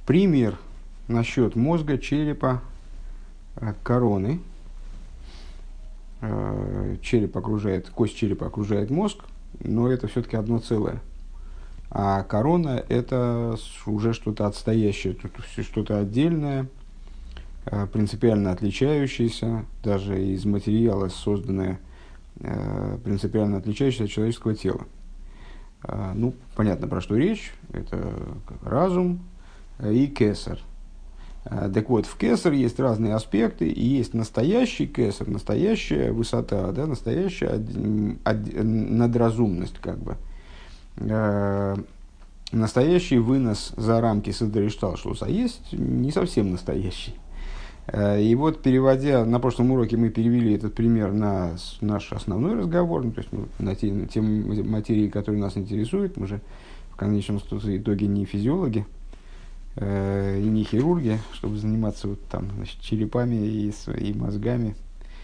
Пример насчет мозга, черепа, короны. Кость черепа окружает мозг, но это все-таки одно целое. А корона – это уже что-то отстоящее, что-то отдельное, принципиально отличающееся, даже из материала созданное, принципиально отличающееся от человеческого тела. Ну, понятно, про что речь. Это разум и кесар. Так вот, в кесар есть разные аспекты, и есть настоящий кесар, настоящая высота, да, настоящая надразумность, как бы. Настоящий вынос за рамки Седер-Ишталшелус, а есть не совсем настоящий. И вот, переводя, на прошлом уроке мы перевели этот пример на наш основной разговор, ну, то есть на те материи, которые нас интересуют. Мы же в конечном итоге не физиологи и не хирурги, чтобы заниматься вот там, значит, черепами и мозгами.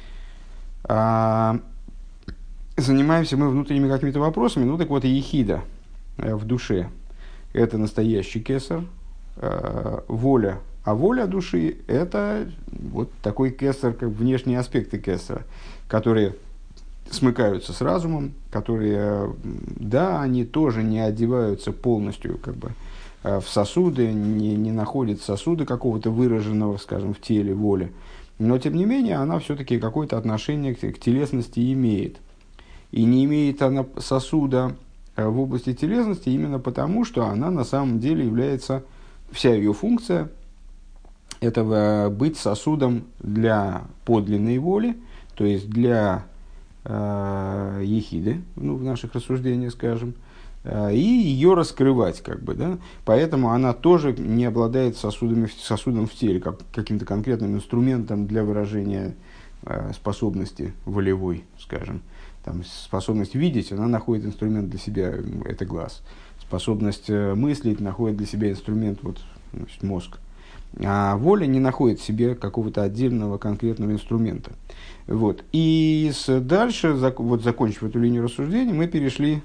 Занимаемся мы внутренними какими-то вопросами. Ну так вот, ехида в душе – это настоящий кесар, воля. А воля души – это вот такой кесар, как внешние аспекты кесара, которые смыкаются с разумом, которые, да, они тоже не одеваются полностью как бы в сосуды, не находят сосуда какого-то выраженного, скажем, в теле воли, но тем не менее она все-таки какое-то отношение к телесности имеет. И не имеет она сосуда в области телесности именно потому, что она на самом деле является, вся ее функция – это быть сосудом для подлинной воли, то есть для ехиды, ну, в наших рассуждениях, скажем, и ее раскрывать, как бы, да? Поэтому она тоже не обладает сосудом в теле, как каким-то конкретным инструментом для выражения способности волевой, скажем. Там, способность видеть, она находит инструмент для себя, это глаз. Способность мыслить находит для себя инструмент, вот, значит, мозг. А воля не находит в себе какого-то отдельного конкретного инструмента. Вот. И дальше, вот, закончив эту линию рассуждений, мы перешли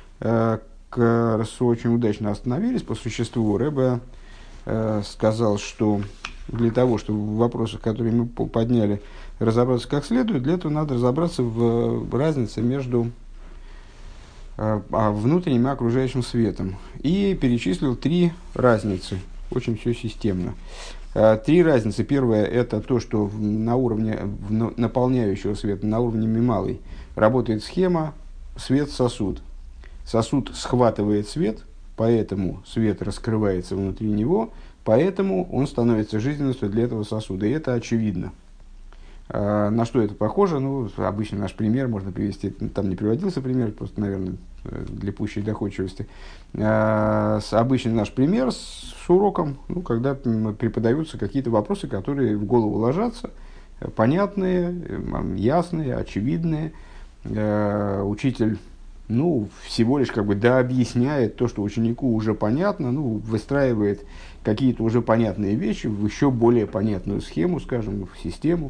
очень удачно остановились по существу. Ребе сказал, что для того, чтобы в вопросах, которые мы подняли, разобраться как следует, для этого надо разобраться в разнице между внутренним и окружающим светом. И перечислил 3 разницы. Очень все системно. 3 разницы. Первая – это то, что на уровне наполняющего света, на уровне мималой, работает схема свет-сосуд. Сосуд схватывает свет, поэтому свет раскрывается внутри него, поэтому он становится жизненностью для этого сосуда. И это очевидно. На что это похоже? Ну, обычно наш пример можно привести, там не приводился пример, просто, наверное, для пущей доходчивости. Обычный наш пример с уроком, ну, когда преподаются какие-то вопросы, которые в голову ложатся, понятные, ясные, очевидные. Учитель, ну, всего лишь как бы дообъясняет то, что ученику уже понятно, ну, выстраивает какие-то уже понятные вещи в еще более понятную схему, скажем, в систему.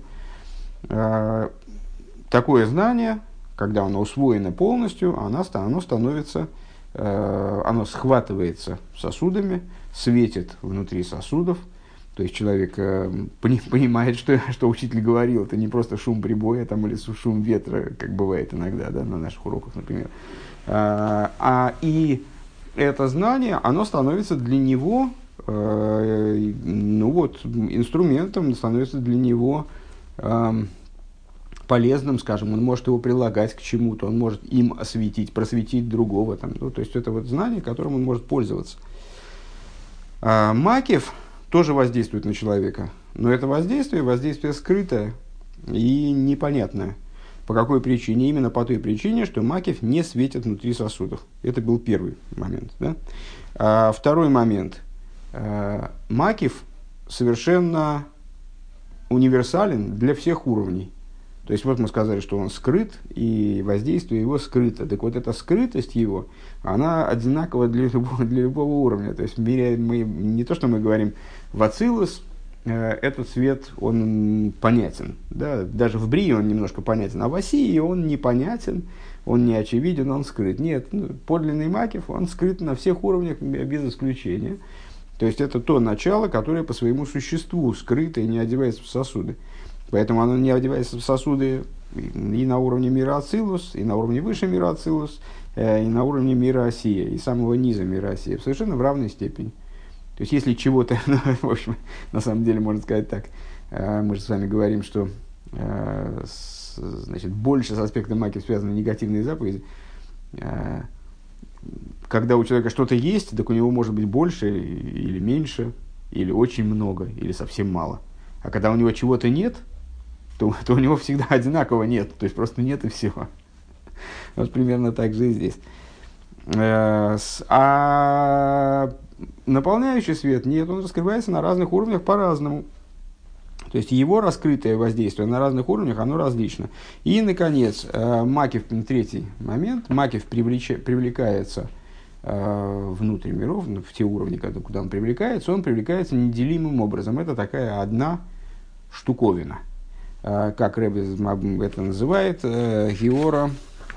Такое знание, когда оно усвоено полностью, оно становится, оно схватывается сосудами, светит внутри сосудов. То есть человек понимает, что учитель говорил, это не просто шум прибоя там, или шум ветра, как бывает иногда, да, на наших уроках, например. И это знание, оно становится для него, ну вот, инструментом, становится для него полезным, скажем, он может его прилагать к чему-то, он может им осветить, просветить другого. Там, ну, то есть это вот знание, которым он может пользоваться. Макев тоже воздействует на человека, но это воздействие скрытое и непонятное. По какой причине? Именно по той причине, что макев не светит внутри сосудов. Это был первый момент. Да? Второй момент. Макев совершенно универсален для всех уровней. То есть вот мы сказали, что он скрыт, и воздействие его скрыто. Так вот, эта скрытость его, она одинакова для любого уровня. То есть мы не то, что мы говорим в Ацилус, этот свет, он понятен. Да? Даже в Брии он немножко понятен, а в Осии он непонятен, он не очевиден, он скрыт. Нет, подлинный Макев, он скрыт на всех уровнях без исключения. То есть это то начало, которое по своему существу скрыто и не одевается в сосуды. Поэтому оно не одевается в сосуды и на уровне мира Ацилус, и на уровне выше мира Ацилус, и на уровне мира Осия, и самого низа мира Осия, совершенно в равной степени. То есть если чего-то, в общем, на самом деле можно сказать так, мы же с вами говорим, что значит, больше с аспектом Макив связаны негативные заповеди. Когда у человека что-то есть, так у него может быть больше или меньше, или очень много, или совсем мало. А когда у него чего-то нет, то у него всегда одинаково нет. То есть просто нет и всего. Вот примерно так же и здесь. А наполняющий свет нет, он раскрывается на разных уровнях по-разному. То есть его раскрытое воздействие на разных уровнях, оно различно. И, наконец, Макив, третий момент, Макив привлекается внутрь миров, в те уровни, куда он привлекается неделимым образом. Это такая одна штуковина. Как Ребе это называет, геора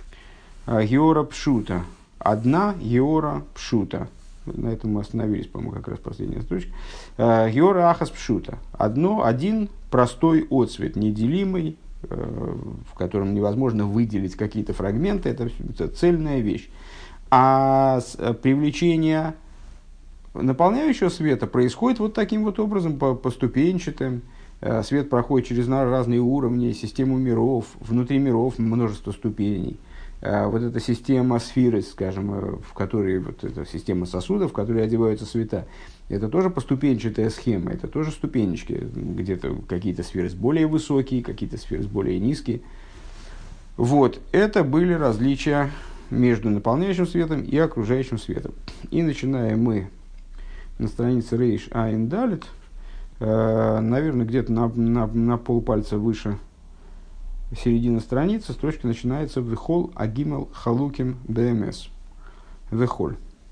пшута. Одна геора пшута. На этом мы остановились, по-моему, как раз последняя строчка. Геора ахас пшута. Один простой отцвет, неделимый, в котором невозможно выделить какие-то фрагменты. Это цельная вещь. А привлечение наполняющего света происходит вот таким вот образом, поступенчатым. Свет проходит через разные уровни, систему миров, внутри миров множество ступеней. Вот эта система сферы, скажем, в которой вот эта система сосудов, в которые одеваются света, это тоже поступенчатая схема, это тоже ступенечки, где-то какие-то сферы более высокие, какие-то сферы более низкие. Вот, это были различия между наполняющим светом и окружающим светом. И начинаем мы на странице Рейш Айн Далет, наверное, где-то на полпальца выше середина страницы, строчка начинается «Вехол агимел халуким БМС». «Вехол».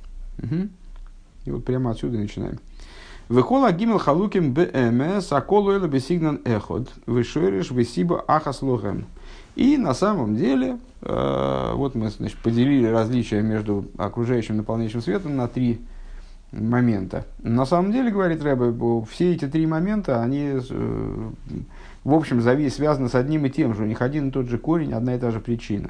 И вот прямо отсюда и начинаем. «Вехол агимел халуким БМС, аколу эло бесигнан эход, вешориш весиба ахас лохем». И на самом деле, вот мы, значит, поделили различия между окружающим и наполняющим светом на три момента. На самом деле, говорит Ребе, все эти три момента, они, в общем, связаны с одним и тем же. У них один и тот же корень, одна и та же причина.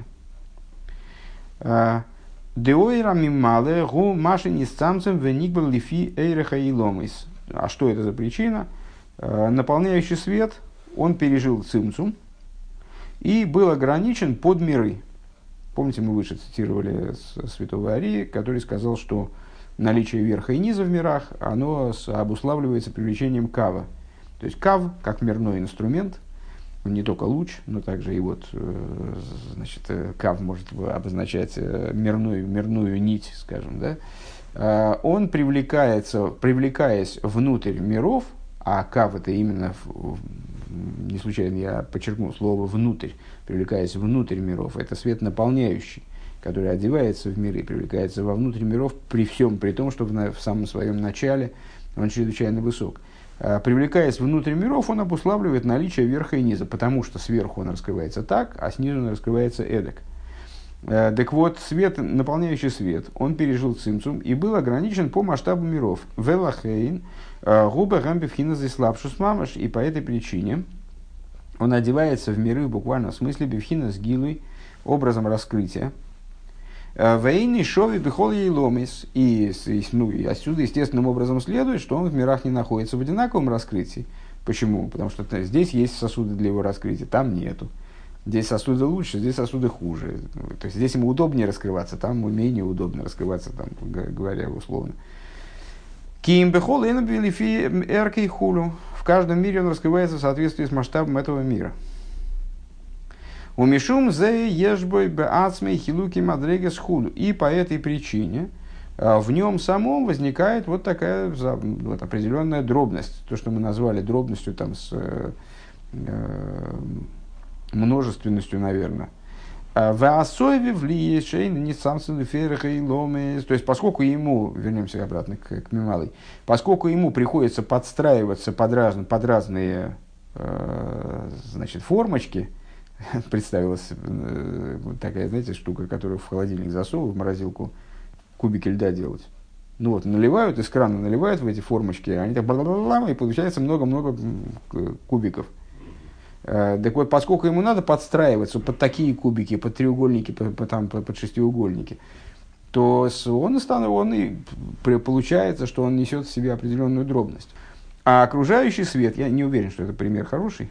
Деойра мимале гу машини с самцем веникбал лифи эйреха и ломис. А что это за причина? Наполняющий свет, он пережил цимцум и был ограничен под миры. Помните, мы выше цитировали святого Арии, который сказал, что наличие верха и низа в мирах, оно обуславливается привлечением кава. То есть кав, как мирной инструмент, не только луч, но также и вот, значит, кав может обозначать мирную нить, скажем, да? Он привлекаясь внутрь миров, а кав это именно, не случайно я подчеркнул слово «внутрь», привлекаясь внутрь миров, это свет наполняющий, который одевается в миры, привлекается вовнутрь миров при всем, при том, что в самом своем начале он чрезвычайно высок. Привлекаясь внутрь миров, он обуславливает наличие верха и низа, потому что сверху он раскрывается так, а снизу он раскрывается эдак. Так вот, свет, наполняющий свет, он пережил цимцум и был ограничен по масштабу миров. Велахейн, губа гамбивхина слабшус мамаш, и по этой причине он одевается в миры в буквальном смысле бивхина с гилой, образом раскрытия. Вейни шови бихол ей ломис. И отсюда естественным образом следует, что он в мирах не находится в одинаковом раскрытии. Почему? Потому что здесь есть сосуды для его раскрытия, там нету. Здесь сосуды лучше, здесь сосуды хуже. То есть здесь ему удобнее раскрываться, там ему менее удобно раскрываться, там, говоря условно. Ким бихол энабилифи эркей хулю. В каждом мире он раскрывается в соответствии с масштабом этого мира. Умишум зе ешбой беацмей хилуки мадрегес худу. И по этой причине в нем самом возникает вот такая вот определенная дробность. То, что мы назвали дробностью там, с множественностью, наверное. В особе влиешейн не самсон ферха и ломес. То есть, поскольку ему, вернемся обратно к Мималой, поскольку ему приходится подстраиваться под разные значит, формочки, представилась такая, знаете, штука, которую в холодильник засовывают, в морозилку, кубики льда делать. Ну вот, наливают из крана, наливают в эти формочки, они так бла-бла-бла, и получается много-много кубиков. Так вот, поскольку ему надо подстраиваться под такие кубики, под треугольники, под шестиугольники, то получается, что он несет в себе определенную дробность. А окружающий свет, я не уверен, что это пример хороший,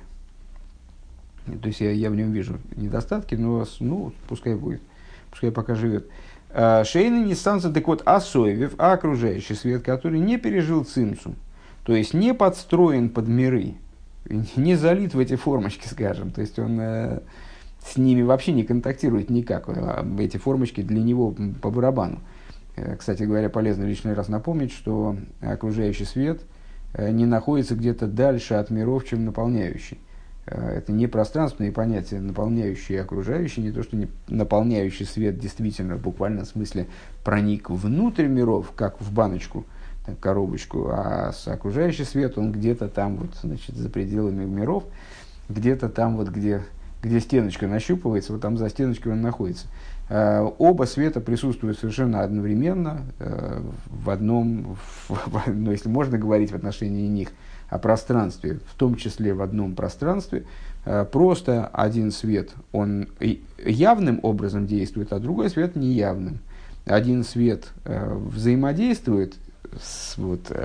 то есть я в нем вижу недостатки, но пускай будет, пускай пока живет. Шейна не станция, так вот, асоевев, а окружающий свет, который не пережил цимсум, то есть не подстроен под миры, не залит в эти формочки, скажем, то есть он с ними вообще не контактирует никак, эти формочки для него по барабану. Кстати говоря, полезно лишний раз напомнить, что окружающий свет не находится где-то дальше от миров, чем наполняющий. Это не пространственные понятия, наполняющие и окружающие, не то, что наполняющий свет действительно в буквальном смысле проник внутрь миров, как в баночку, так, коробочку, а окружающий свет, он где-то там, вот, значит, за пределами миров, где-то там, вот, где стеночка нащупывается, вот там за стеночкой он находится. Оба света присутствуют совершенно одновременно в одном, если можно говорить в отношении них о пространстве, в том числе в одном пространстве. Просто один свет, он явным образом действует, а другой свет неявным. Один свет взаимодействует с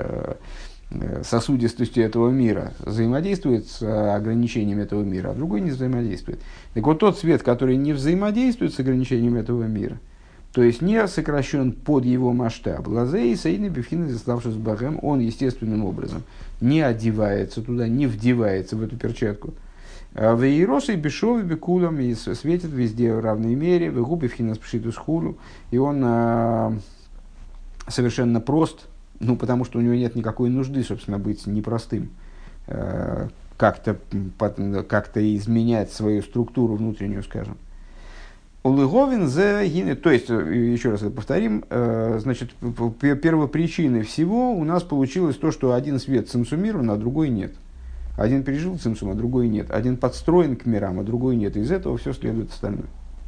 сосудистостью этого мира, взаимодействует с ограничениями этого мира, а другой не взаимодействует. Так вот, тот свет, который не взаимодействует с ограничениями этого мира, то есть не сокращен под его масштаб, лазей, сейны, бифхина, заставшись бахем, он естественным образом не одевается туда, не вдевается в эту перчатку. В Иеросе бешове бекулам и светит везде в равной мере, в губе вхина спшиту схулу, и он совершенно прост, потому что у него нет никакой нужды, собственно, быть непростым, как-то изменять свою структуру внутреннюю, скажем. Улыговин за гины, то есть, еще раз это повторим, значит, первопричиной всего у нас получилось то, что один свет цимсумирован, а другой нет. Один пережил цимсум, а другой нет. Один подстроен к мирам, а другой нет. Из этого все следует остальное.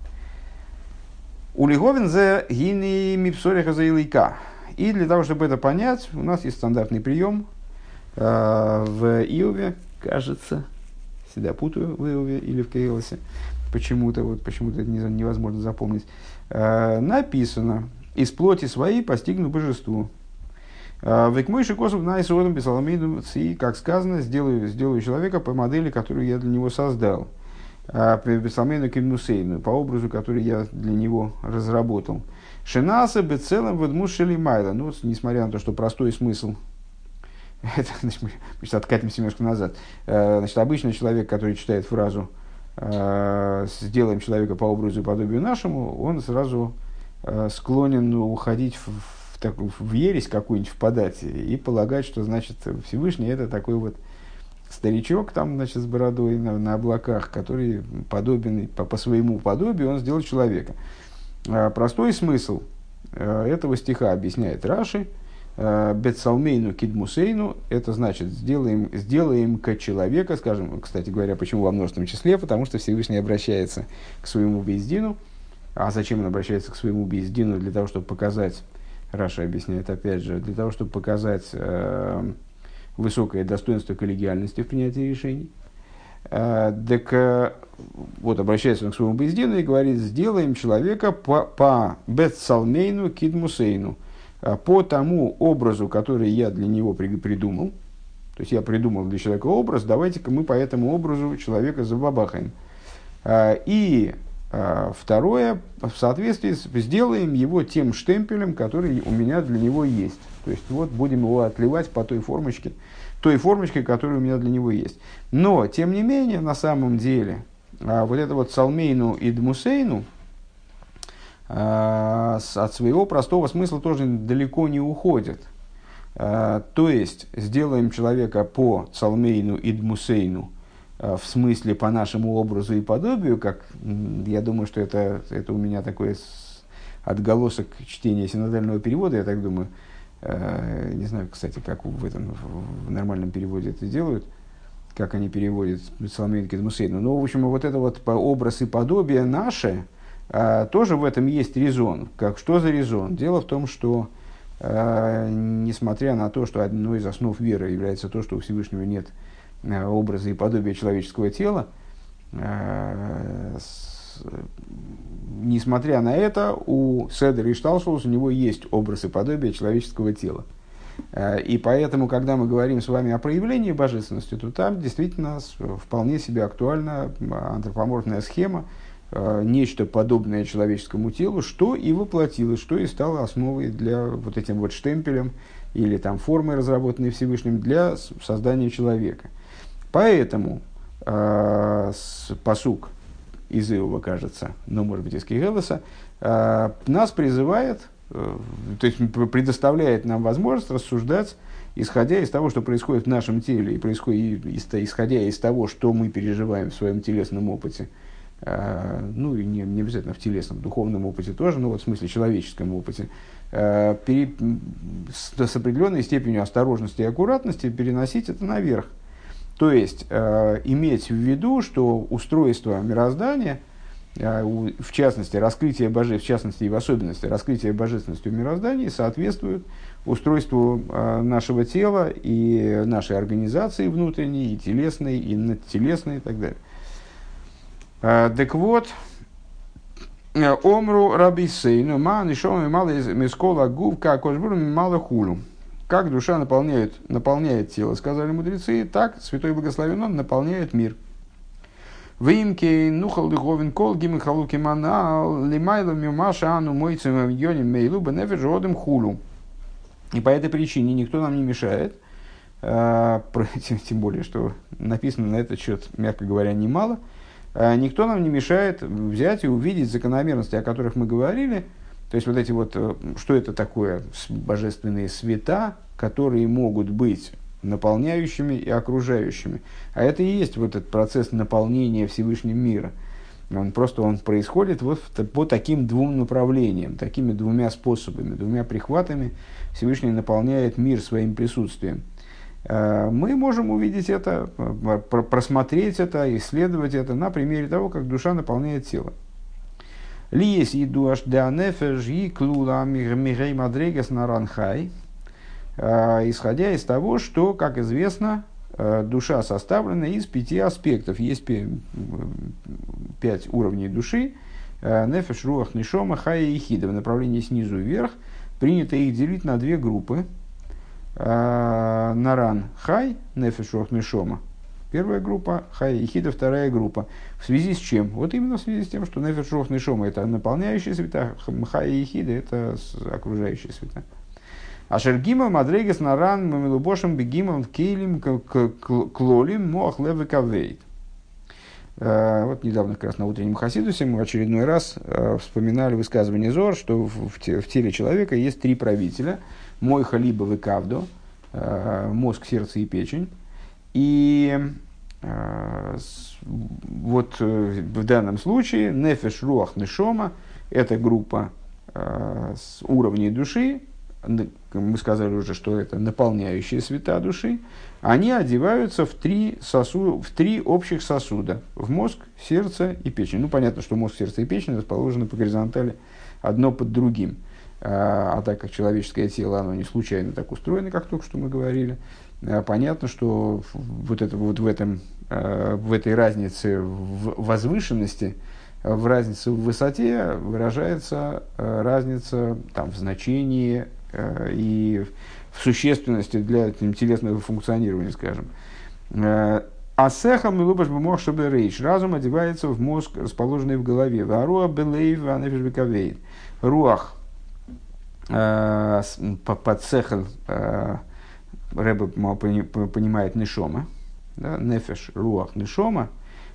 Улыговин за гины мипсориха за илайка. И для того, чтобы это понять, у нас есть стандартный прием в Иове, кажется, всегда путаю в Иове или в Кейлосе, почему-то это невозможно запомнить, написано: «Из плоти своей постигну божеству». «Векмойши косов на исодом бесаламейну ци», как сказано, сделаю человека по модели, которую я для него создал, бесаламейну кимнусейну, по образу, который я для него разработал. Шинаса бецелом ведмушели майла. Несмотря на то, что простой смысл, это, значит, мы сейчас откатимся немножко назад. Значит, обычно человек, который читает фразу «сделаем человека по образу и подобию нашему», он сразу склонен уходить в ересь какую-нибудь впадать и полагать, что, значит, Всевышний это такой вот старичок там, значит, с бородой на облаках, который подобен по своему подобию, он сделал человека. Простой смысл этого стиха объясняет Раши. Бетсалмейну кидмусейну, это значит сделаем-ка человека, скажем, кстати говоря, почему во множественном числе, потому что Всевышний обращается к своему бейздину. А зачем он обращается к своему бейздину? Для того, чтобы показать, Раши объясняет опять же, для того, чтобы показать высокое достоинство коллегиальности в принятии решений. Так вот, обращается он к своему бейздину и говорит: сделаем человека по бетсалмейну кидмусейну, по тому образу, который я для него придумал. То есть я придумал для человека образ, давайте-ка мы по этому образу человека забабахаем. И второе, в соответствии сделаем его тем штемпелем, который у меня для него есть. То есть вот будем его отливать по той формочке, которая у меня для него есть. Но, тем не менее, на самом деле, вот это вот салмейну и дмусейну от своего простого смысла тоже далеко не уходит. То есть, сделаем человека по салмейну и дмусейну, в смысле по нашему образу и подобию, как я думаю, что это у меня такой отголосок чтения синодального перевода, я так думаю. Не знаю, кстати, как в нормальном переводе это делают, как они переводят салмейну и дмусейну. Но, в общем, вот это вот образ и подобие наше, тоже в этом есть резон. Что за резон? Дело в том, что несмотря на то, что одной из основ веры является то, что у Всевышнего нет образа и подобия человеческого тела, несмотря на это, у Седер и Шталшус у него есть образ и подобие человеческого тела. И поэтому, когда мы говорим с вами о проявлении божественности, то там действительно вполне себе актуальна антропоморфная схема, нечто подобное человеческому телу, что и воплотилось, что и стало основой для вот этим вот штемпелем или там формой, разработанной Всевышним для создания человека. Поэтому пасук из Иова, кажется, но может быть из Кигелеса, нас призывает, то есть предоставляет нам возможность рассуждать, исходя из того, что происходит в нашем теле, и исходя из того, что мы переживаем в своем телесном опыте, ну и не обязательно в телесном, в духовном опыте тоже, но вот в смысле человеческом опыте, с определенной степенью осторожности и аккуратности переносить это наверх. То есть иметь в виду, что устройство мироздания, в частности, раскрытие в частности и в особенности раскрытие божественности в мироздании соответствует устройству нашего тела и нашей организации внутренней, и телесной, и надтелесной, и так далее. Так вот, омру рабисейну ма нишоми мало мискола губка кожбурами мало хулю. Как душа наполняет тело, сказали мудрецы, так Святой Благословен Он наполняет мир. Вимки нухал духовен кол гимн халуки манал лимайло мимаша ану мойцем йоним мейлу бенефиш одем хулу. И по этой причине никто нам не мешает, тем более, что написано на этот счет, мягко говоря, немало, никто нам не мешает взять и увидеть закономерности, о которых мы говорили. То есть, вот эти вот, что это такое, божественные света, которые могут быть наполняющими и окружающими. А это и есть вот этот процесс наполнения Всевышним мира. Он происходит вот по таким двум направлениям, такими двумя способами, двумя прихватами Всевышний наполняет мир своим присутствием. Мы можем увидеть это, просмотреть это, исследовать это на примере того, как душа наполняет тело. Лиес иду аш деанефеш и клула мигрей мадрегас наранхай. Исходя из того, что, как известно, душа составлена из 5 аспектов. Есть 5 уровней души. Нефеш, руах, нишома, хая и хида. В направлении снизу вверх принято их делить на 2 группы. Наран хай, нефеш, руах, нишома. Первая группа, хая и хида, вторая группа. В связи с чем? Вот именно в связи с тем, что нефеш, руах, нишома это наполняющие света, хая и хида это окружающие света. Ашергима мадрегас наран мамилубошем бегимом кейлим клолим моах левы кавейт. Вот недавно как раз на утреннем Хасидусе мы в очередной раз вспоминали высказывание Зор, что в теле человека есть 3 правителя. Мойха либо выкавдо, мозг, сердце и печень. И вот в данном случае нефеш руах нешома – это группа с уровней души. Мы сказали уже, что это наполняющие света души, они одеваются в 3 общих сосуда. В мозг, сердце и печень. Ну, понятно, что мозг, сердце и печень расположены по горизонтали одно под другим. А так как человеческое тело, оно не случайно так устроено, как только что мы говорили, понятно, что вот это, вот в этой разнице в возвышенности, в разнице в высоте выражается разница там, в значении и в существенности для телесного функционирования, скажем. Асехам и лубаш бумох чтобы рейш. Разум одевается в мозг, расположенный в голове. Варуа белейв анефиш бекавейт. Руах под сехал Рэбе понимает нешома. Нефеш, руах, нешома.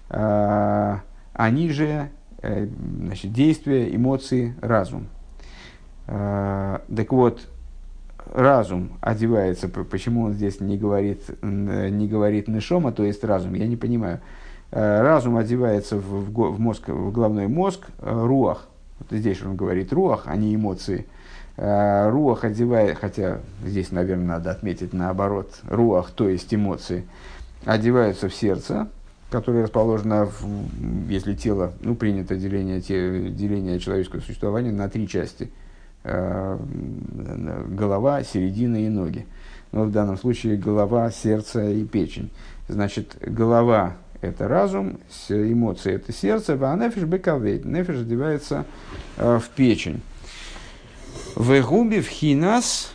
Они же значит, действия, эмоции, разум. Так вот, разум одевается, почему он здесь не говорит нешома, то есть разум, я не понимаю. Разум одевается в мозг, в головной мозг, руах. Вот здесь он говорит руах, а не эмоции. Руах одевает, хотя здесь, наверное, надо отметить наоборот, руах, то есть эмоции, одеваются в сердце, которое расположено, если тело, принято деление человеческого существования на 3 части. голова, середина и ноги. Но в данном случае голова, сердце и печень. Значит, голова – это разум, эмоции – это сердце, а нефиш бекавейт. Нефиш одевается в печень. Вегуби вхинас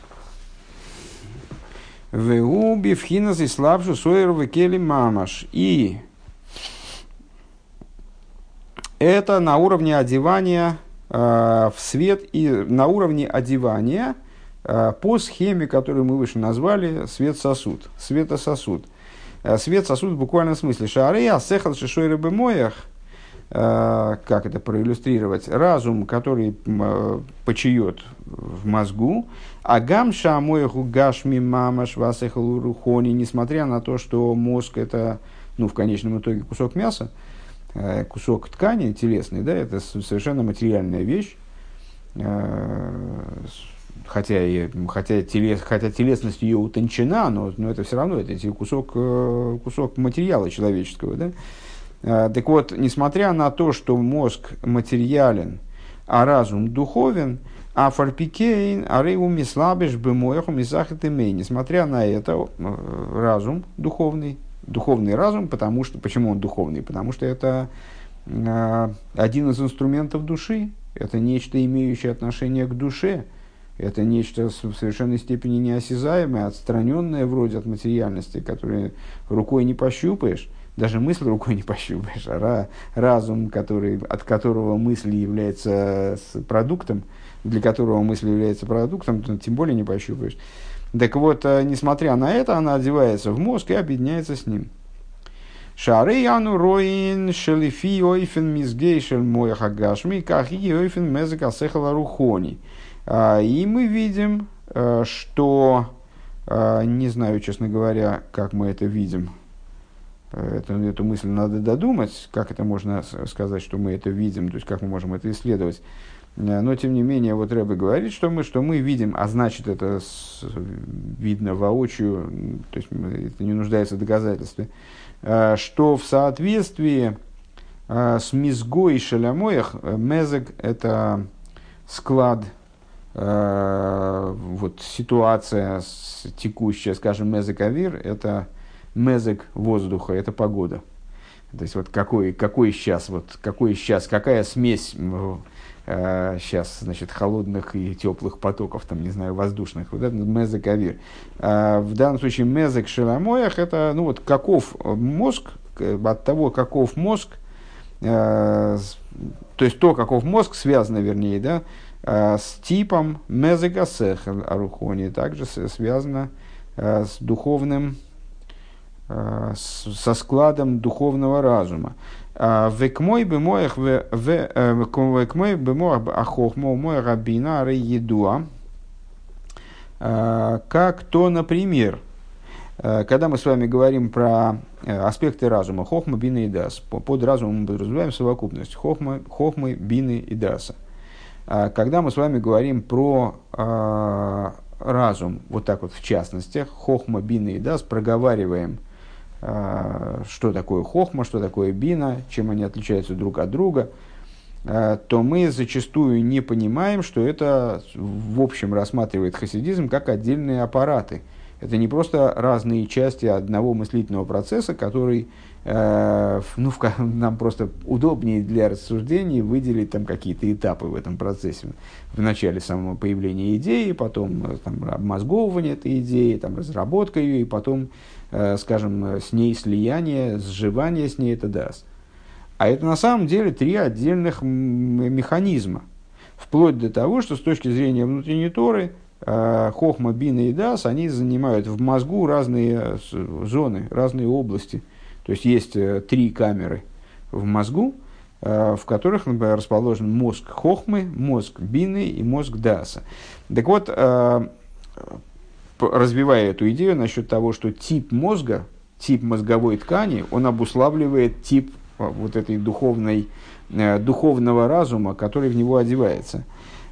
и слабшу сойер векели мамаш. И это на уровне одевания в свет и на уровне одевания по схеме, которую мы выше назвали, свет-сосуд, светососуд. Свет-сосуд в буквальном смысле. Шары асехал шишойры бемоях, как это проиллюстрировать, разум, который почиет в мозгу, а гамша моеху гашми мамаш васехал рухони, несмотря на то, что мозг это, в конечном итоге кусок мяса, кусок ткани телесной, да, это совершенно материальная вещь, хотя телесность ее утончена, но это все равно это кусок материала человеческого. Да? Так вот, несмотря на то, что мозг материален, а разум духовен, а фарпикейн, а рейуми слабиш бемоеху мисахет имей, несмотря на это, разум духовный разум, почему он духовный? Потому что это один из инструментов души, это нечто, имеющее отношение к душе, это нечто в совершенной степени неосязаемое, отстраненное вроде от материальности, которое рукой не пощупаешь, даже мысль рукой не пощупаешь, а разум, от которого мысль является продуктом, для которого мысль является продуктом, тем более не пощупаешь. Так вот, несмотря на это, она одевается в мозг и объединяется с ним. Шары яну роин шелифи ойфен мизгей шель моях агашми, как и ойфен мезек асехала рухони. И мы видим, что, не знаю, честно говоря, как мы это видим, эту мысль надо додумать, как это можно сказать, что мы это видим, то есть как мы можем это исследовать. Но, тем не менее, вот Рэбе говорит, что мы видим, а значит, это видно воочию, то есть это не нуждается в доказательстве, что в соответствии с мизгой и шалямоях мезек – это склад, вот ситуация текущая, скажем, мезек авир – это мезек воздуха, это погода. То есть вот какая смесь сейчас, значит, холодных и теплых потоков, там, не знаю, воздушных, вот это мезек авир. В данном случае мезек шеламоях это, каков мозг, от того, каков мозг, то есть то, каков мозг, связано, вернее, да, с типом мезек асех арухони, также связано с духовным, со складом духовного разума. Векмой бы моих ахохмо мой рабина едуа, как то, например, когда мы с вами говорим про аспекты разума, хохма, бина и дас, под разумом мы подразумеваем совокупность хохмы, бины и даса. Когда мы с вами говорим про разум, вот так вот в частности, хохма, бина и дас, проговариваем, что такое хохма, что такое бина, чем они отличаются друг от друга, то мы зачастую не понимаем, что это в общем рассматривает хасидизм как отдельные аппараты. Это не просто разные части одного мыслительного процесса, который нам просто удобнее для рассуждений выделить там какие-то этапы в этом процессе. В начале самого появления идеи, потом там, обмозговывание этой идеи, там, разработка ее, и потом, скажем, с ней слияние, сживание с ней, это даст. А это на самом деле три отдельных механизма. Вплоть до того, что с точки зрения внутренней Торы, хохма, бина и дас, они занимают в мозгу разные зоны, разные области. То есть есть три камеры в мозгу, в которых, например, расположен мозг хохмы, мозг бины и мозг даса. Так вот, развивая эту идею насчет того, что тип мозга, тип мозговой ткани, он обуславливает тип вот этой духовного разума, который в него одевается.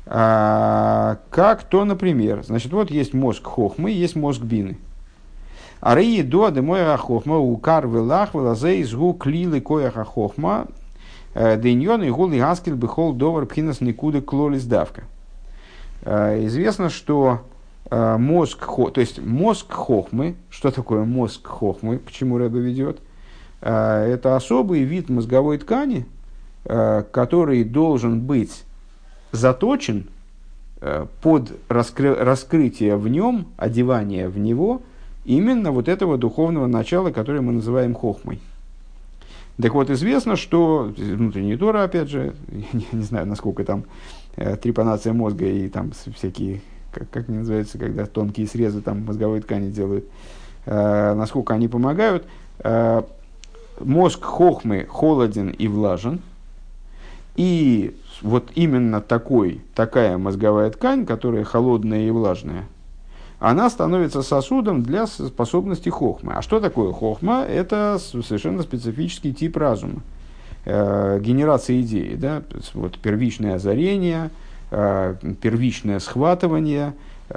Как то, например, значит, вот есть мозг хохмы, есть мозг бины. А рей до демоя хохма укар велах велазей згу клилы кояха хохма деньон и гули гаскил бихол довар пхинас никуда клолис давка. Известно, что то есть мозг хохмы, что такое мозг хохмы, к чему Ребе ведет, это особый вид мозговой ткани, который должен быть заточен под раскрытие в нем, одевание в него именно вот этого духовного начала, которое мы называем хохмой. Так вот, известно, что внутренняя Тора, опять же, я не знаю, насколько там трепанация мозга и там всякие, как они называются, когда тонкие срезы там мозговой ткани делают, насколько они помогают. Мозг хохмы холоден и влажен, и вот именно такая мозговая ткань, которая холодная и влажная, она становится сосудом для способности хохмы. А что такое хохма? Это совершенно специфический тип разума. Генерация идеи, да? Вот первичное озарение, первичное схватывание,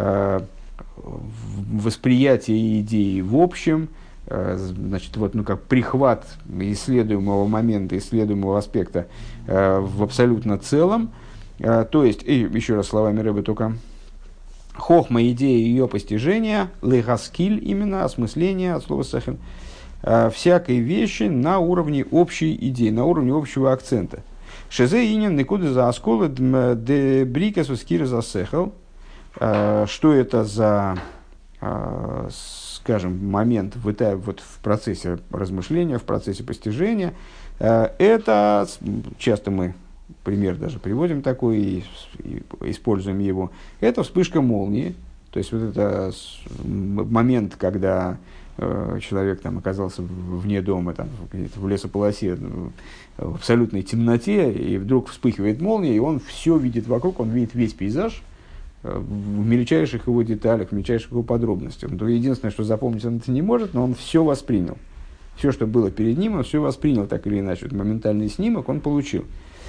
восприятие идеи в общем, значит, вот, ну, как прихват исследуемого момента, исследуемого аспекта в абсолютно целом. То есть, и еще раз словами Ребе только, хохма, идея ее постижения, легаскиль, именно осмысление от слова сахен, всякой вещи на уровне общей идеи, на уровне общего акцента. Шезе инин никуда за осколы де брикасу скира за сехал. Что это за, скажем, момент вот в процессе размышления, в процессе постижения? Это часто мы пример даже приводим такой и используем его. Это вспышка молнии, то есть вот это момент, когда человек там оказался вне дома, там, в лесополосе, в абсолютной темноте, и вдруг вспыхивает молния, и он все видит вокруг, он видит весь пейзаж в мельчайших его деталях, в мельчайших его подробностях. То единственное, что запомнить он это не может, но он все воспринял. Все, что было перед ним, он все воспринял так или иначе. Вот моментальный снимок он получил.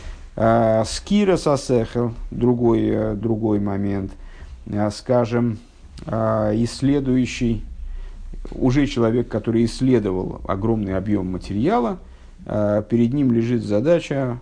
Скира сасехел, другой момент, скажем, исследующий, уже человек, который исследовал огромный объем материала, перед ним лежит задача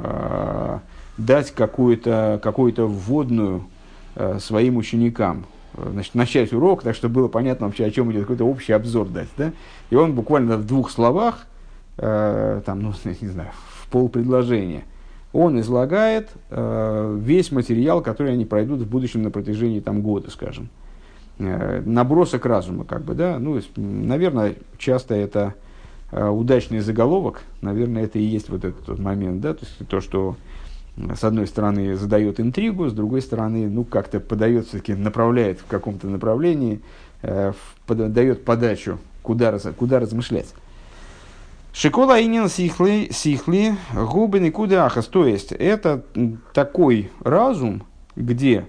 дать какую-то вводную своим ученикам, значит, начать урок, так что было понятно вообще, о чем идет, какой-то общий обзор дать. Да? И он буквально в 2 словах, там, ну, не знаю, в полпредложения, он излагает весь материал, который они пройдут в будущем на протяжении там, года, скажем. Набросок разума, как бы, да. Ну, наверное, часто это удачный заголовок, наверное, это и есть вот этот тот момент, да, то есть то, что с одной стороны задает интригу, с другой стороны, ну, как-то подает, все-таки направляет в каком-то направлении, дает подачу, куда размышлять. Шикола инин сихли губы никуда ахас. То есть, это такой разум, где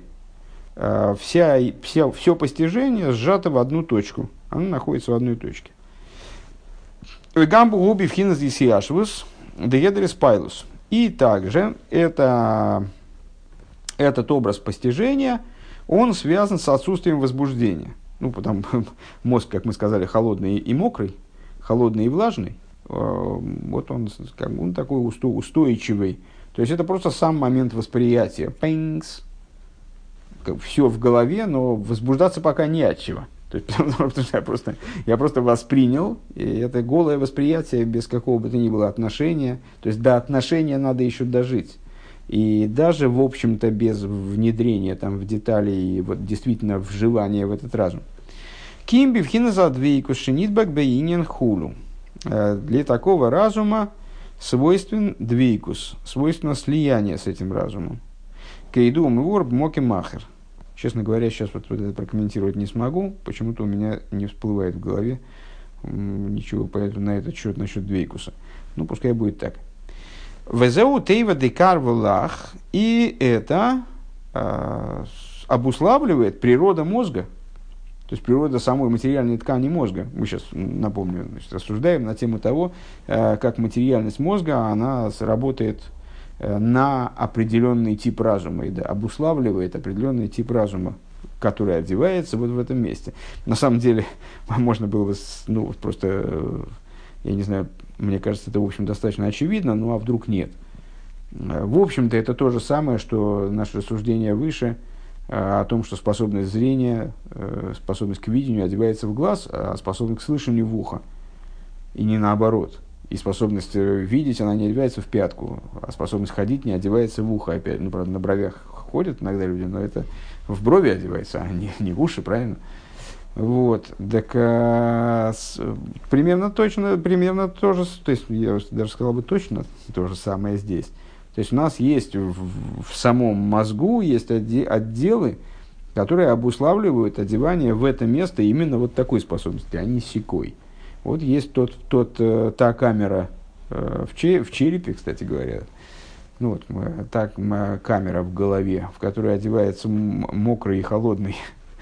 все постижение сжато в одну точку. Оно находится в одной точке. Гамбу губи в хинас дисиашвус деедрис пайлус. И также этот образ постижения, он связан с отсутствием возбуждения. Ну, потому мозг, как мы сказали, холодный и мокрый, холодный и влажный. Вот он такой устойчивый. То есть это просто сам момент восприятия. Пингс. Все в голове, но возбуждаться пока не от чего. То есть, потому что я просто воспринял, и это голое восприятие без какого бы то ни было отношения. То есть до отношения надо еще дожить. И даже, в общем-то, без внедрения там, в детали и вот, действительно вживания в этот разум. Кимби вхина задвейку шинитбак бейнин хулу. Для такого разума свойствен двейкус, свойственно слияние с этим разумом. Кейду умывор моки махер. Честно говоря, сейчас вот это прокомментировать не смогу. Почему-то у меня не всплывает в голове ничего поэтому на этот счет, насчет двейкуса. Ну, пускай будет так. Везеу тейва декар влах. И это обуславливает природа мозга. То есть природа самой материальной ткани мозга. Мы сейчас, напомню, рассуждаем на тему того, как материальность мозга, она работает на определенный тип разума и обуславливает определенный тип разума, который одевается вот в этом месте. На самом деле, можно было бы, ну, просто, я не знаю, мне кажется, это, в общем, достаточно очевидно, ну, а вдруг нет. В общем-то, это то же самое, что наше рассуждение выше, о том, что способность зрения, способность к видению одевается в глаз, а способность к слышанию в ухо. И не наоборот. И способность видеть, она не одевается в пятку, а способность ходить не одевается в ухо. Опять, ну, правда, на бровях ходят иногда люди, но это в брови одевается, а не в уши, правильно? Вот. Так примерно то же, то есть я даже сказал бы точно то же самое здесь. То есть у нас есть в самом мозгу есть отделы, которые обуславливают одевание в это место именно вот такой способности, а не сякой. Вот есть та камера в черепе, кстати говоря, ну вот, камера в голове, в которой одевается мокрый и холодный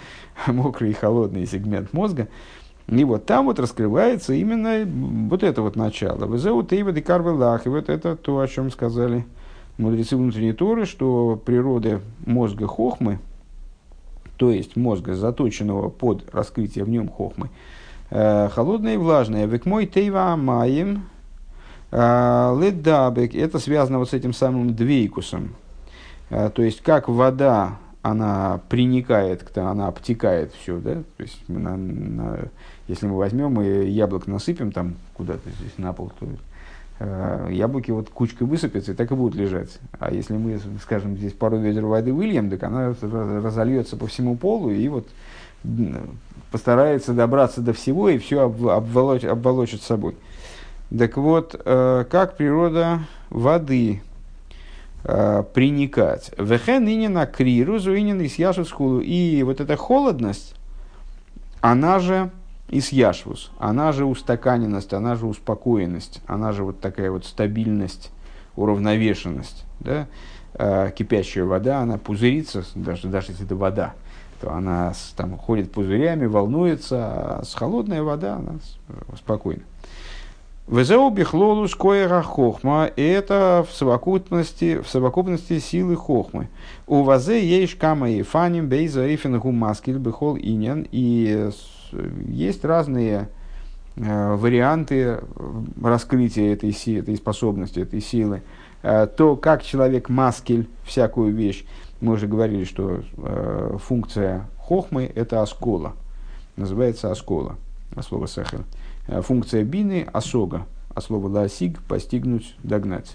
сегмент мозга. И вот там вот раскрывается именно вот это вот начало. Везеут и карвелах. И вот это то, о чем сказали мудрецы внутренней Торы, что природа мозга хохмы, то есть мозга, заточенного под раскрытие в нем хохмы, холодная и влажная. Век мой тейва амаим ледабек. Это связано вот с этим самым двейкусом. То есть, как вода, она приникает, она обтекает все, да? То есть, если мы возьмем и яблок насыпем там куда-то здесь на пол, то яблоки вот кучкой высыпятся и так и будут лежать. А если мы, скажем, здесь пару ведер воды выльем, так она разольется по всему полу и вот постарается добраться до всего и все обволочит собой. Так вот, как природа воды приникать. Вехен ныне на криру, зуинен и сяшвус. И вот эта холодность, она же исяшвус, она же устаканенность, она же успокоенность, она же вот такая вот стабильность, уравновешенность. Да? Кипящая вода, она пузырится, даже если это вода, то она там ходит пузырями, волнуется, а с холодная вода, она спокойна. Везеу бихлолу шкоера хохма, это в совокупности силы хохмы. У вазе ейш кама и фаним бейза эйфен гумаскиль бихол иньян. И есть разные варианты раскрытия этой способности, этой силы. То, как человек маскиль всякую вещь. Мы уже говорили, что функция хохмы – это оскола. Называется оскола, от слова сехер. Функция бины – осога, от слова ласиг – постигнуть, догнать.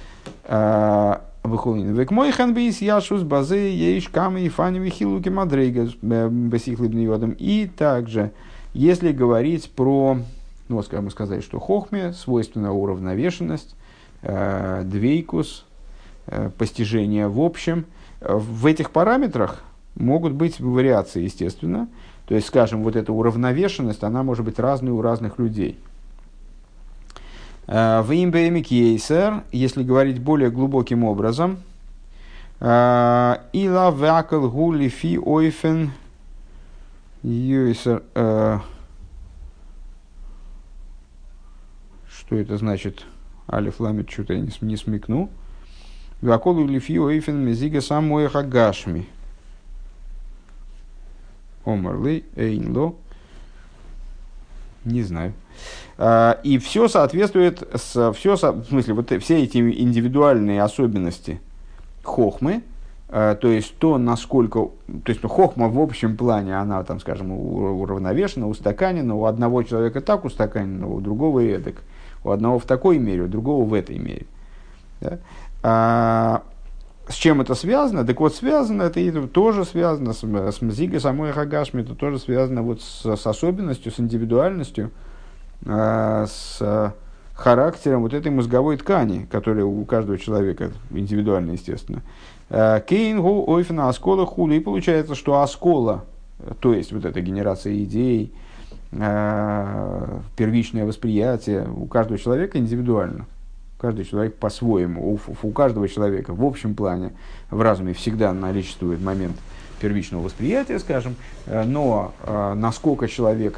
Век мой ханбис яшус базы ейш камы и фаневи хилуки мадрейга басихлыбным йодом. И также, если говорить про, ну вот мы сказали, что хохме свойственна уравновешенность, двейкус, постижение в общем. В этих параметрах могут быть вариации, естественно. То есть, скажем, вот эта уравновешенность, она может быть разной у разных людей. В имбеемик ейсер, если говорить более глубоким образом, ила вакал гули фи ойфен ейсер. Что это значит? Алиф ламит, что-то я не смекну. Вакал гули фи ойфен мезига самой хагашми. Омарлей, Эйнло, не знаю. И все соответствует, в смысле, вот все эти индивидуальные особенности хохмы, то есть то, насколько, то есть хохма в общем плане, она там, скажем, уравновешена, устаканена, у одного человека так устаканена, у другого эдак, у одного в такой мере, у другого в этой мере. Да? С чем это связано? Так вот, связано, это тоже связано с мзигой самой хагашми, это тоже связано вот с особенностью, с индивидуальностью, с характером вот этой мозговой ткани, которая у каждого человека индивидуальна, естественно. Кейнгу, ойфена, оскола, хули. И получается, что оскола, то есть вот эта генерация идей, первичное восприятие у каждого человека индивидуально. Каждый человек по-своему. У каждого человека в общем плане в разуме всегда наличествует момент первичного восприятия, скажем, но насколько человек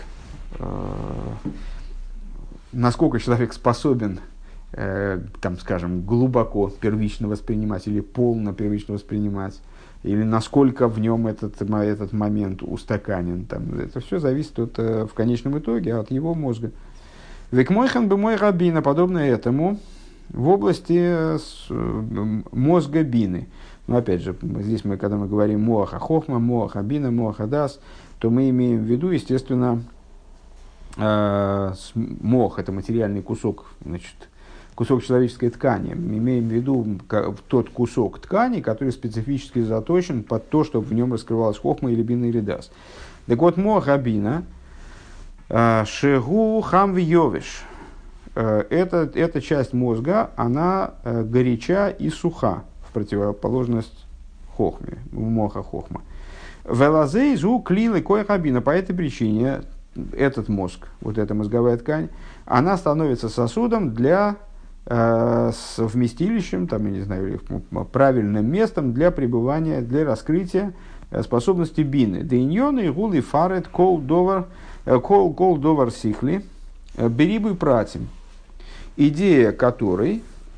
способен, там, скажем, глубоко первично воспринимать или полно первично воспринимать, или насколько в нем этот момент устаканен, там, это все зависит в конечном итоге от его мозга. Век мойхан бы мой рабина, подобно этому, в области мозга бины. Но опять же, здесь когда мы говорим моаха хохма, моаха бина, моаха дас, то мы имеем в виду, естественно, мох – это материальный кусок, значит, кусок человеческой ткани. Мы имеем в виду тот кусок ткани, который специфически заточен под то, чтобы в нем раскрывалась хохма или бина или дас. Так вот, моаха бина шегу хам вьёвиш. Эта часть мозга, она горяча и суха, в противоположность хохме, моха хохма. Велазей зу клилы коехабина. По этой причине этот мозг, вот эта мозговая ткань, она становится сосудом для вместилищем, там, я не знаю, правильным местом для пребывания, для раскрытия способности бины. Дейньоны гули фарет кол довар сихли берибуй пратим. Идея которой,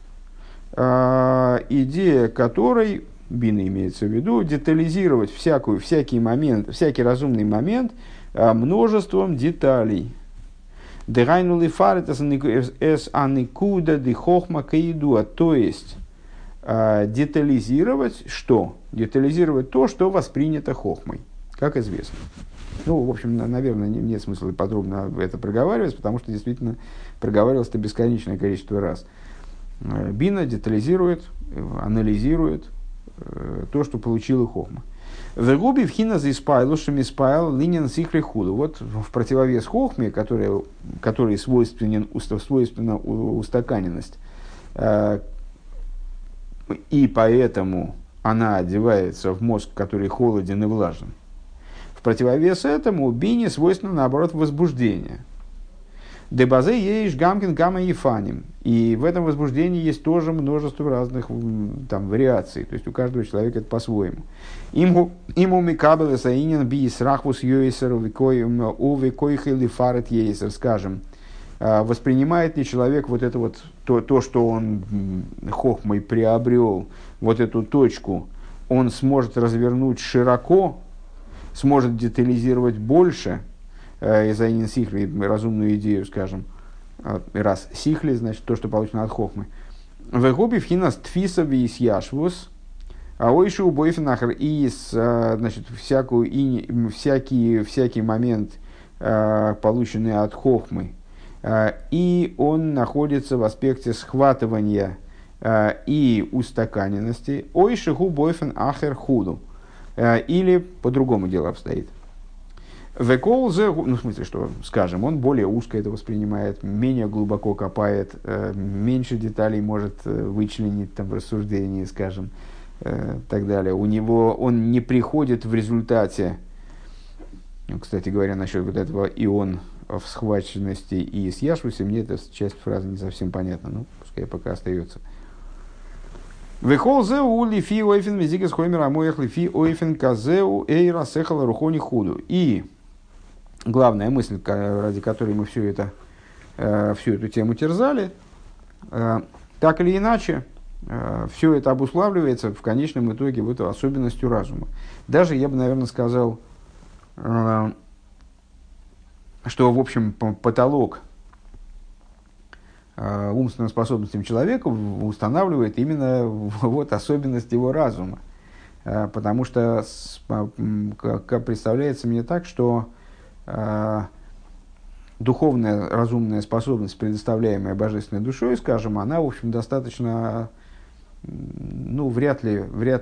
бина имеется в виду, детализировать всякий разумный момент множеством деталей. Дегайнули фарет эс аникуда ди хохма каидуа, то есть детализировать что? Детализировать то, что воспринято хохмой, как известно. Ну, в общем, наверное, нет смысла подробно это проговаривать, потому что действительно проговаривалось это бесконечное количество раз. Бина детализирует, анализирует то, что получила хохма. В губи в хина за испайлу шамиспайл линин сихли худу. Вот в противовес хохме, который свойственна устаканенность, и поэтому она одевается в мозг, который холоден и влажен. В противовес этому бине свойственно, наоборот, возбуждение. Дебазе ейш гамкин гамма ефаним. И в этом возбуждении есть тоже множество разных там, вариаций. То есть у каждого человека это по-своему. Иму микабеле саинин бис рахвус йойсер увекойхили фарет ейсер. Скажем, воспринимает ли человек вот это вот, то, что он хохмой приобрел, вот эту точку, он сможет развернуть широко, сможет детализировать больше, из-за сихли, разумную идею, скажем, раз сихли, значит, то, что получено от хохмы. В губи вхинас тфиса вис яшвус, а ойшу бойфенахер и значит, всякий момент, полученный от хохмы, и он находится в аспекте схватывания и устаканенности. Ойшу бойфен ахер худу. Или по-другому дело обстоит. Веколзе, ну в смысле, что, скажем, он более узко это воспринимает, менее глубоко копает, меньше деталей может вычленить там, в рассуждении, скажем, так далее. У него он не приходит в результате, кстати говоря, насчет вот этого ион в схваченности и с яшвусе, мне эта часть фразы не совсем понятна, ну, пускай пока остается. Вехолзеу лифи ойфен мизигас хоймер амоях лифи ойфен казеу эйра сехала рухони худу. И главная мысль, ради которой мы всю эту тему терзали, так или иначе, все это обуславливается в конечном итоге вот особенностью разума. Даже я бы, наверное, сказал, что, в общем, потолок умственным способностям человека устанавливает именно вот особенность его разума. Потому что представляется мне так, что духовная разумная способность, предоставляемая божественной душой, скажем, она, в общем, достаточно, ну, вряд ли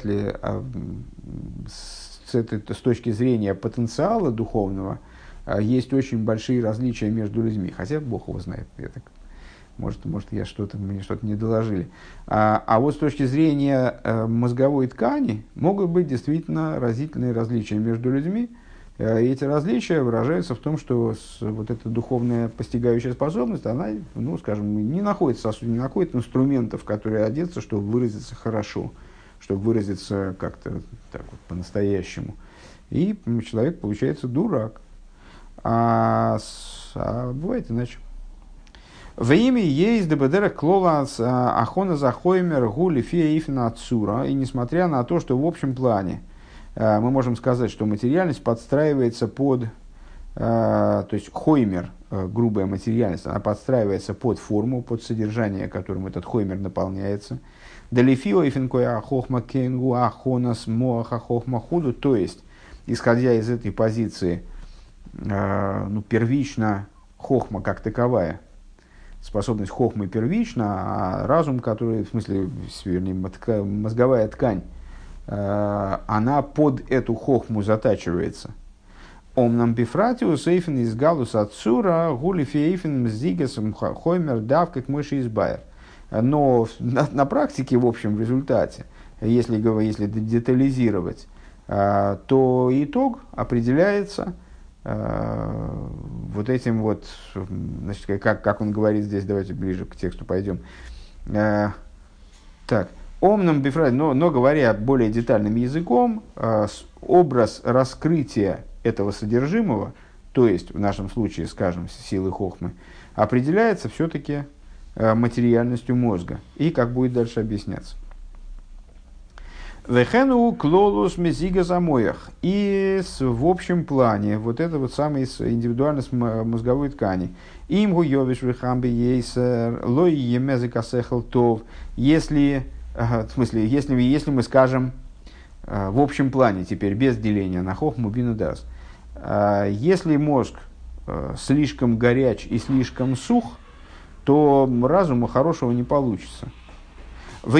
с точки зрения потенциала духовного есть очень большие различия между людьми. Хотя Бог его знает. Может, мне что-то не доложили. А вот с точки зрения мозговой ткани могут быть действительно разительные различия между людьми. И эти различия выражаются в том, что вот эта духовная постигающая способность, она, ну, скажем, не находит инструментов, которые одеться, чтобы выразиться хорошо, чтобы выразиться как-то так вот по-настоящему. И человек получается дурак. А бывает иначе. В имя есть ДБДР Клолас Ахона Захоймер Гули Феифна Ацура. И несмотря на то, что в общем плане мы можем сказать, что материальность подстраивается под, то есть хоймер, грубая материальность, она подстраивается под форму, под содержание, которым этот хоймер наполняется. Далифио и финкоя хохма кенгу ахонас моаха хохма худу. То есть, исходя из этой позиции, первично хохма как таковая, способность хохмы первична, а разум, который, в смысле, вернее, мозговая ткань, она под эту хохму затачивается. Омнам бифратиус эйфен из галус отцура гулифи эйфен мзигасом хоймер дав как мыши избайер. Но на практике, в общем, в результате, если детализировать, то итог определяется вот этим вот, значит, как он говорит здесь, давайте ближе к тексту пойдем. Так, омном бифрад, но говоря более детальным языком, образ раскрытия этого содержимого, то есть в нашем случае, скажем, силы хохмы, определяется все-таки материальностью мозга. И как будет дальше объясняться. Вехену клолус мезига замоях. И в общем плане вот это вот самая индивидуальность мозговой ткани. Им гуйовиш вихамби ейсер лой емезика сехал тов. Если мы скажем в общем плане, теперь без деления на хохму бину дас, если мозг слишком горяч и слишком сух, то разума хорошего не получится. А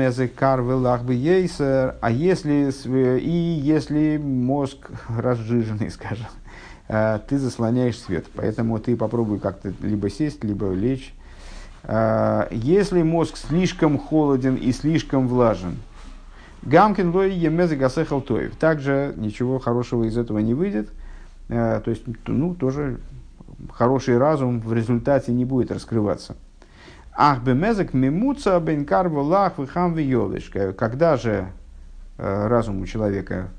если мозг разжиженный, скажем, ты заслоняешь свет, поэтому ты попробуй как-то либо сесть, либо лечь. Если мозг слишком холоден и слишком влажен, гамкин лой емезы гасехал тоев, также ничего хорошего из этого не выйдет, то есть, тоже хороший разум в результате не будет раскрываться. Ах бемезек мимуца бенкар волах вихам виёвиш. Когда же разум у человека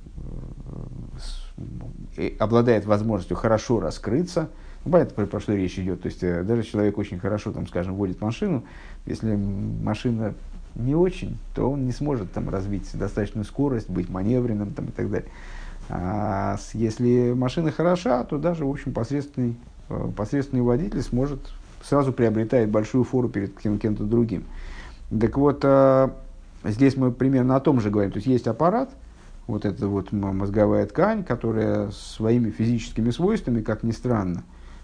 обладает возможностью хорошо раскрыться, понятно, про что речь идет. То есть даже человек очень хорошо, там, скажем, водит машину, если машина не очень, то он не сможет там развить достаточную скорость, быть маневренным там, и так далее. А если машина хороша, то даже, в общем, посредственный водитель сразу приобретает большую фору перед кем-то другим. Так вот, здесь мы примерно о том же говорим. То есть, есть аппарат, вот эта вот мозговая ткань, которая своими физическими свойствами, как ни странно,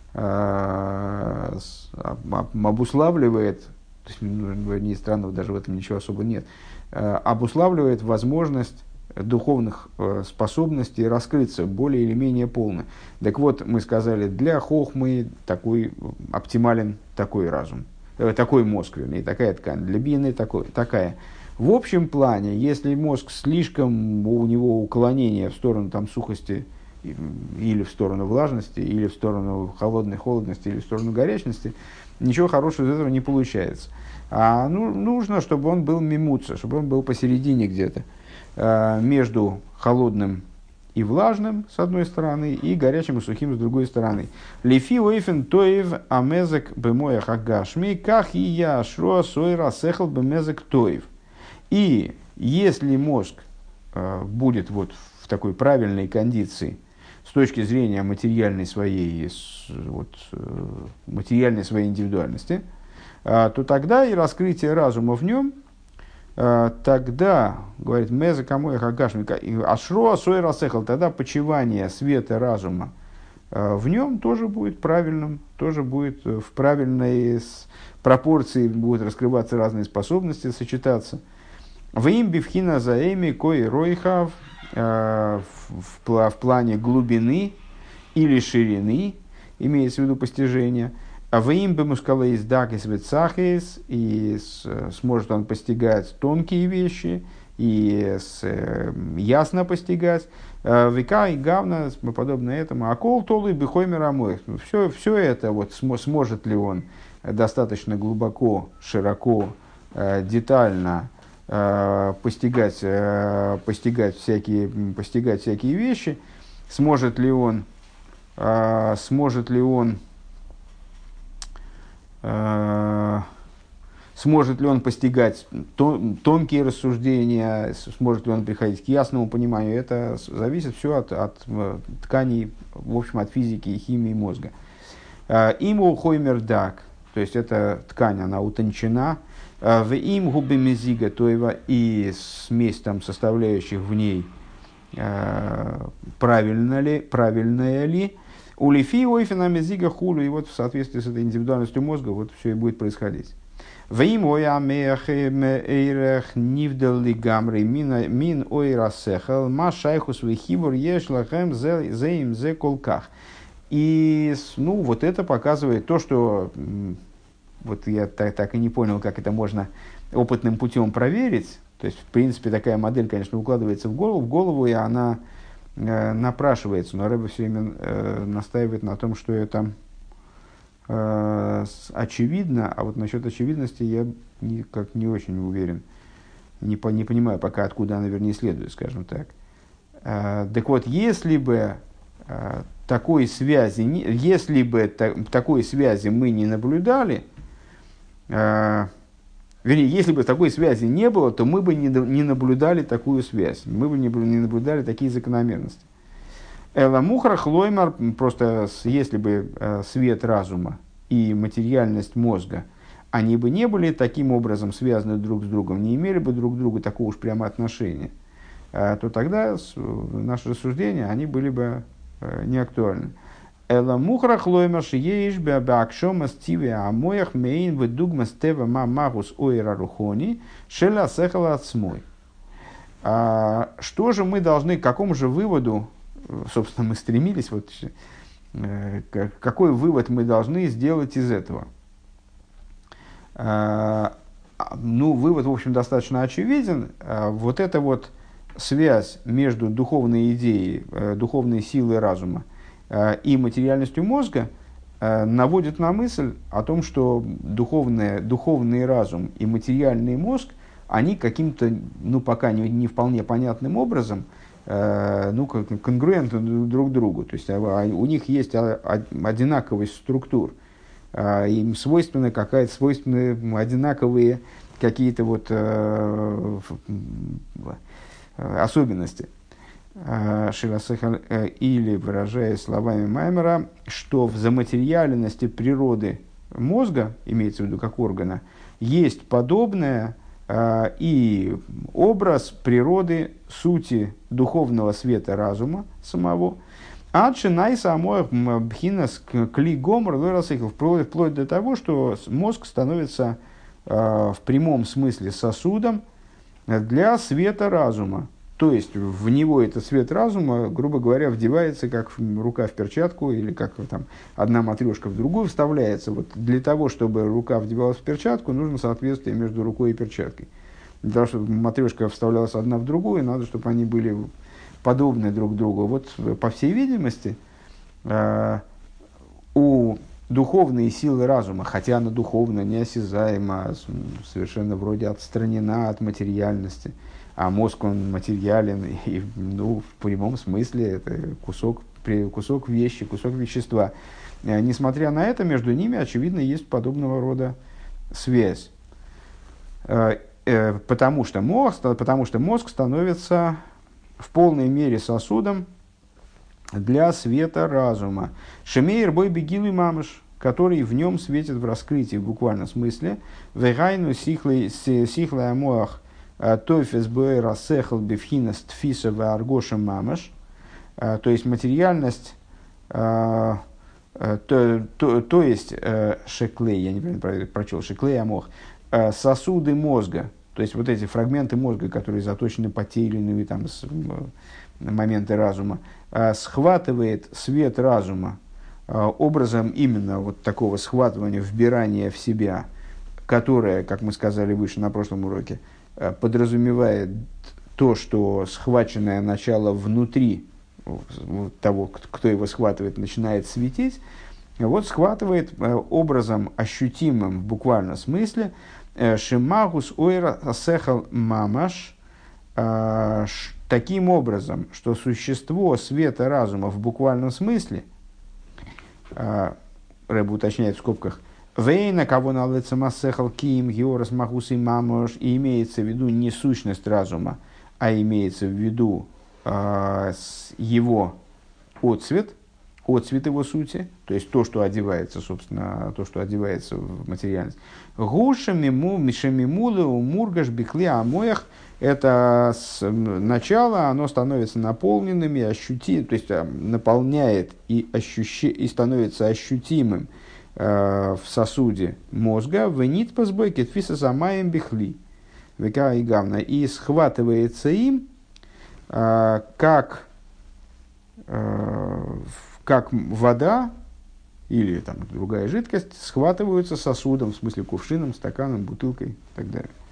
обуславливает, то есть, не странного даже в этом ничего особо нет, обуславливает возможность духовных способностей раскрыться более или менее полно. Так вот, мы сказали, для хохмы оптимален такой разум, такой мозг, вернее, такая ткань, для бины такая. В общем плане, если мозг слишком, у него уклонение в сторону там, сухости, или в сторону влажности, или в сторону холодности, или в сторону горячности, ничего хорошего из этого не получается. А нужно, чтобы он был мимуца, чтобы он был посередине где-то, между холодным и влажным с одной стороны и горячим и сухим с другой стороны. Лифи уэйфен тоев амезек бемоях агашми ках и я шро сойра сехал бемезек тоев. И если мозг будет вот в такой правильной кондиции с точки зрения материальной своей индивидуальности, то тогда и раскрытие разума в нем, тогда, говорит, меза камоя хагашмика, ашро сойра сехал, тогда почивание света разума в нем тоже будет правильным, тоже будет в правильной пропорции, будут раскрываться разные способности, сочетаться. В им бифхина заэми кой ройхав в плане глубины или ширины, имеется в виду постижение. А в им бемускала из дакис ветсахис, и сможет он постигать тонкие вещи и ясно постигать. Века и гавна, подобно этому. Акол толы бихоймер амоих. Все это вот сможет ли он достаточно глубоко, широко, детально постигать всякие вещи, сможет ли он постигать тонкие рассуждения, сможет ли он приходить к ясному пониманию, это зависит все от тканей, в общем, от физики и химии мозга. Иму хоймер дак, то есть эта ткань, она утончена. В им губы мезига тоева и смесь там составляющих в ней правильная ли, у лифи ойфена мезига хулу, и вот в соответствии с этой индивидуальностью мозга вот все и будет происходить. В им ойамех эйрех нивдел лигамри мин ойрасехал ма шайхус вихибур еш лахем зеим зе колках. И ну, вот это показывает то, что вот я так и не понял, как это можно опытным путем проверить. То есть, в принципе, такая модель, конечно, укладывается в голову, и она напрашивается. Но Рэбе все время настаивает на том, что это очевидно, а вот насчет очевидности я не очень уверен. Не понимаю пока, откуда она, вернее, следует, скажем так. Так вот, если бы такой связи мы не наблюдали, вернее, если бы такой связи не было, то мы бы не наблюдали такую связь, мы бы не наблюдали такие закономерности. Эла мухрах лоймар, просто если бы свет разума и материальность мозга, они бы не были таким образом связаны друг с другом, не имели бы друг к другу такого уж прямо отношения, то тогда наши рассуждения, они были бы не актуальны. Эла мухрах лоймар шиеиш беакшома стиве амоях мейн ведугма стева мамагус ойра рухони шеля сехала отсмой. Что же мы должны, к какому же выводу, собственно, мы стремились, вот, какой вывод мы должны сделать из этого? Ну, вывод, в общем, достаточно очевиден. Вот эта вот связь между духовной идеей, духовной силой разума и материальностью мозга наводит на мысль о том, что духовный разум и материальный мозг, они каким-то, ну, пока не вполне понятным образом, ну, конгруентны друг другу. То есть у них есть одинаковость структур, им свойственны одинаковые какие-то вот особенности. Или, выражаясь словами Маймера, что в заматериальности природы мозга, имеется в виду как органа, есть подобное и образ природы сути духовного света разума самого, вплоть до того, что мозг становится в прямом смысле сосудом для света разума. То есть в него этот свет разума, грубо говоря, вдевается как рука в перчатку или как там, одна матрешка в другую вставляется. Вот для того, чтобы рука вдевалась в перчатку, нужно соответствие между рукой и перчаткой. Для того, чтобы матрешка вставлялась одна в другую, надо, чтобы они были подобны друг другу. Вот, по всей видимости, у духовной силы разума, хотя она духовно, неосязаема, совершенно вроде отстранена от материальности, а мозг, он материален, и ну, в прямом смысле это кусок вещи, кусок вещества. Несмотря на это, между ними, очевидно, есть подобного рода связь. Потому что мозг становится в полной мере сосудом для света разума. Шемейр бой бегилуй мамыш, который в нем светит в раскрытии, в буквальном смысле. Вегайну сихлай амоах тофес бой рассехал бифхинас тфиса варгоша мамыш. То есть материальность, то есть шеклей, я неправильно прочел, шеклей амох, сосуды мозга. То есть вот эти фрагменты мозга, которые заточены по те или иные там, моменты разума, схватывает свет разума образом именно вот такого схватывания, вбирания в себя, которое, как мы сказали выше на прошлом уроке, подразумевает то, что схваченное начало внутри того, кто его схватывает, начинает светить, вот схватывает образом ощутимым в буквальном смысле «Шимагус ойра сехал мамаш», таким образом, что существо света разума в буквальном смысле, Рэб уточняет в скобках, «Вейна кого налыца массехал киим георас махус и мамаш», и имеется в виду не сущность разума, а имеется в виду его отцвет, отцвет его сути, то есть то, что одевается, собственно, то, что одевается в материальность. Гуша мишемимулы умургаш бихли амоях, это начало, оно становится наполненным и то есть наполняет и становится ощутимым в сосуде мозга, венит по сбойке тфиса самаем бихли, века и гавна, и схватывается им как вода или там, другая жидкость схватываются сосудом, в смысле кувшином, стаканом, бутылкой и так далее.